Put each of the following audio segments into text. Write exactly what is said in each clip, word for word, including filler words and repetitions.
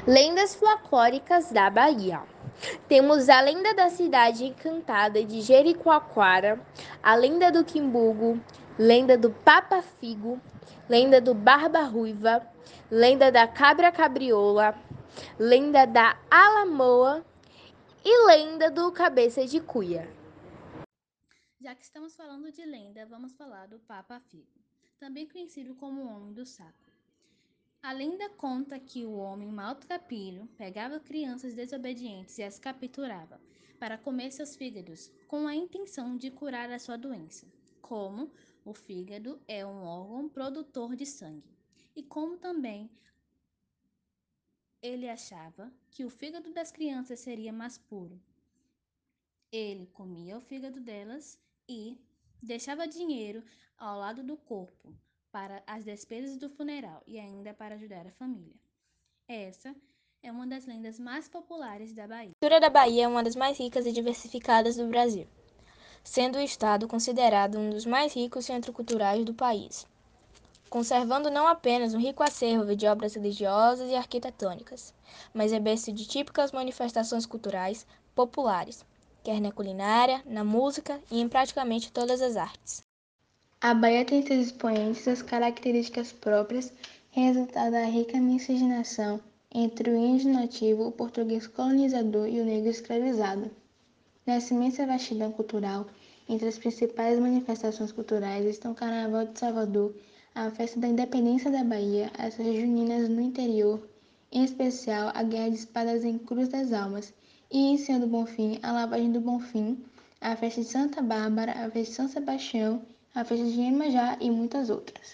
Lendas folclóricas da Bahia. Temos a lenda da cidade encantada de Jericoacoara, a lenda do Quimbugo, lenda do Papa Figo, lenda do Barba Ruiva, lenda da Cabra Cabriola, lenda da Alamoa e lenda do Cabeça de Cuia. Já que estamos falando de lenda, vamos falar do Papa Figo, também conhecido como o Homem do Saco. A lenda conta que o homem maltrapilho pegava crianças desobedientes e as capturava para comer seus fígados, com a intenção de curar a sua doença. Como o fígado é um órgão produtor de sangue, e como também ele achava que o fígado das crianças seria mais puro, ele comia o fígado delas e deixava dinheiro ao lado do corpo para as despesas do funeral e ainda para ajudar a família. Essa é uma das lendas mais populares da Bahia. A cultura da Bahia é uma das mais ricas e diversificadas do Brasil, sendo o estado considerado um dos mais ricos centros culturais do país, conservando não apenas um rico acervo de obras religiosas e arquitetônicas, mas é berço de típicas manifestações culturais populares, quer na culinária, na música e em praticamente todas as artes. A Bahia tem seus expoentes suas características próprias, resultado da rica miscigenação entre o índio nativo, o português colonizador e o negro escravizado. Nessa imensa vastidão cultural, entre as principais manifestações culturais estão o Carnaval de Salvador, a Festa da Independência da Bahia, as festas juninas no interior, em especial a Guerra de Espadas em Cruz das Almas, e em Senhor do Bonfim, a Lavagem do Bonfim, a Festa de Santa Bárbara, a Festa de São Sebastião, a Festa de Iemanjá e muitas outras.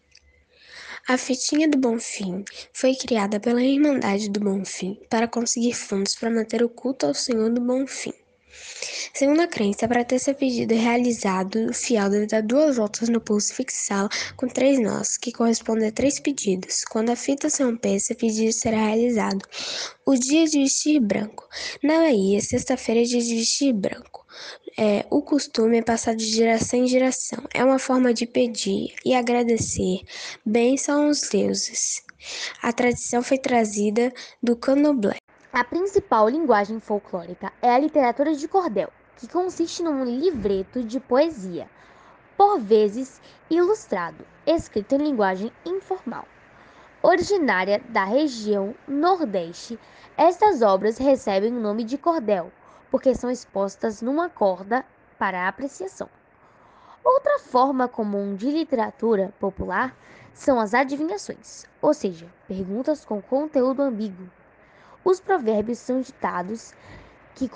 A Festinha do Bonfim foi criada pela Irmandade do Bonfim para conseguir fundos para manter o culto ao Senhor do Bonfim. Segundo a crença, para ter seu pedido realizado, o fiel deve dar duas voltas no pulso e fixá-lo com três nós, que correspondem a três pedidos. Quando a fita se romper, seu pedido será realizado. O dia de vestir branco. Na Bahia, sexta-feira é dia de vestir branco. É, o costume é passado de geração em geração. É uma forma de pedir e agradecer bênção aos deuses. A tradição foi trazida do candomblé. A principal linguagem folclórica é a literatura de cordel, que consiste num livreto de poesia, por vezes ilustrado, escrito em linguagem informal. Originária da região Nordeste, estas obras recebem o nome de cordel, porque são expostas numa corda para apreciação. Outra forma comum de literatura popular são as adivinhações, ou seja, perguntas com conteúdo ambíguo. Os provérbios são ditados que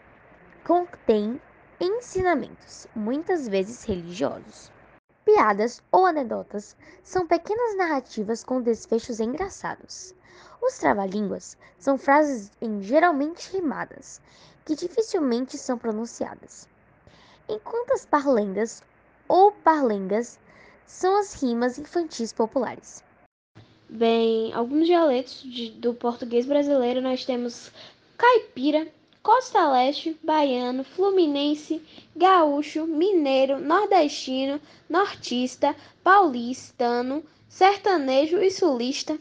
contêm ensinamentos, muitas vezes religiosos. Piadas ou anedotas são pequenas narrativas com desfechos engraçados. Os trava-línguas são frases em geralmente rimadas, que dificilmente são pronunciadas. Enquanto as parlendas ou parlengas são as rimas infantis populares. Bem, alguns dialetos de, do português brasileiro nós temos caipira, costa leste, baiano, fluminense, gaúcho, mineiro, nordestino, nortista, paulistano, sertanejo e sulista.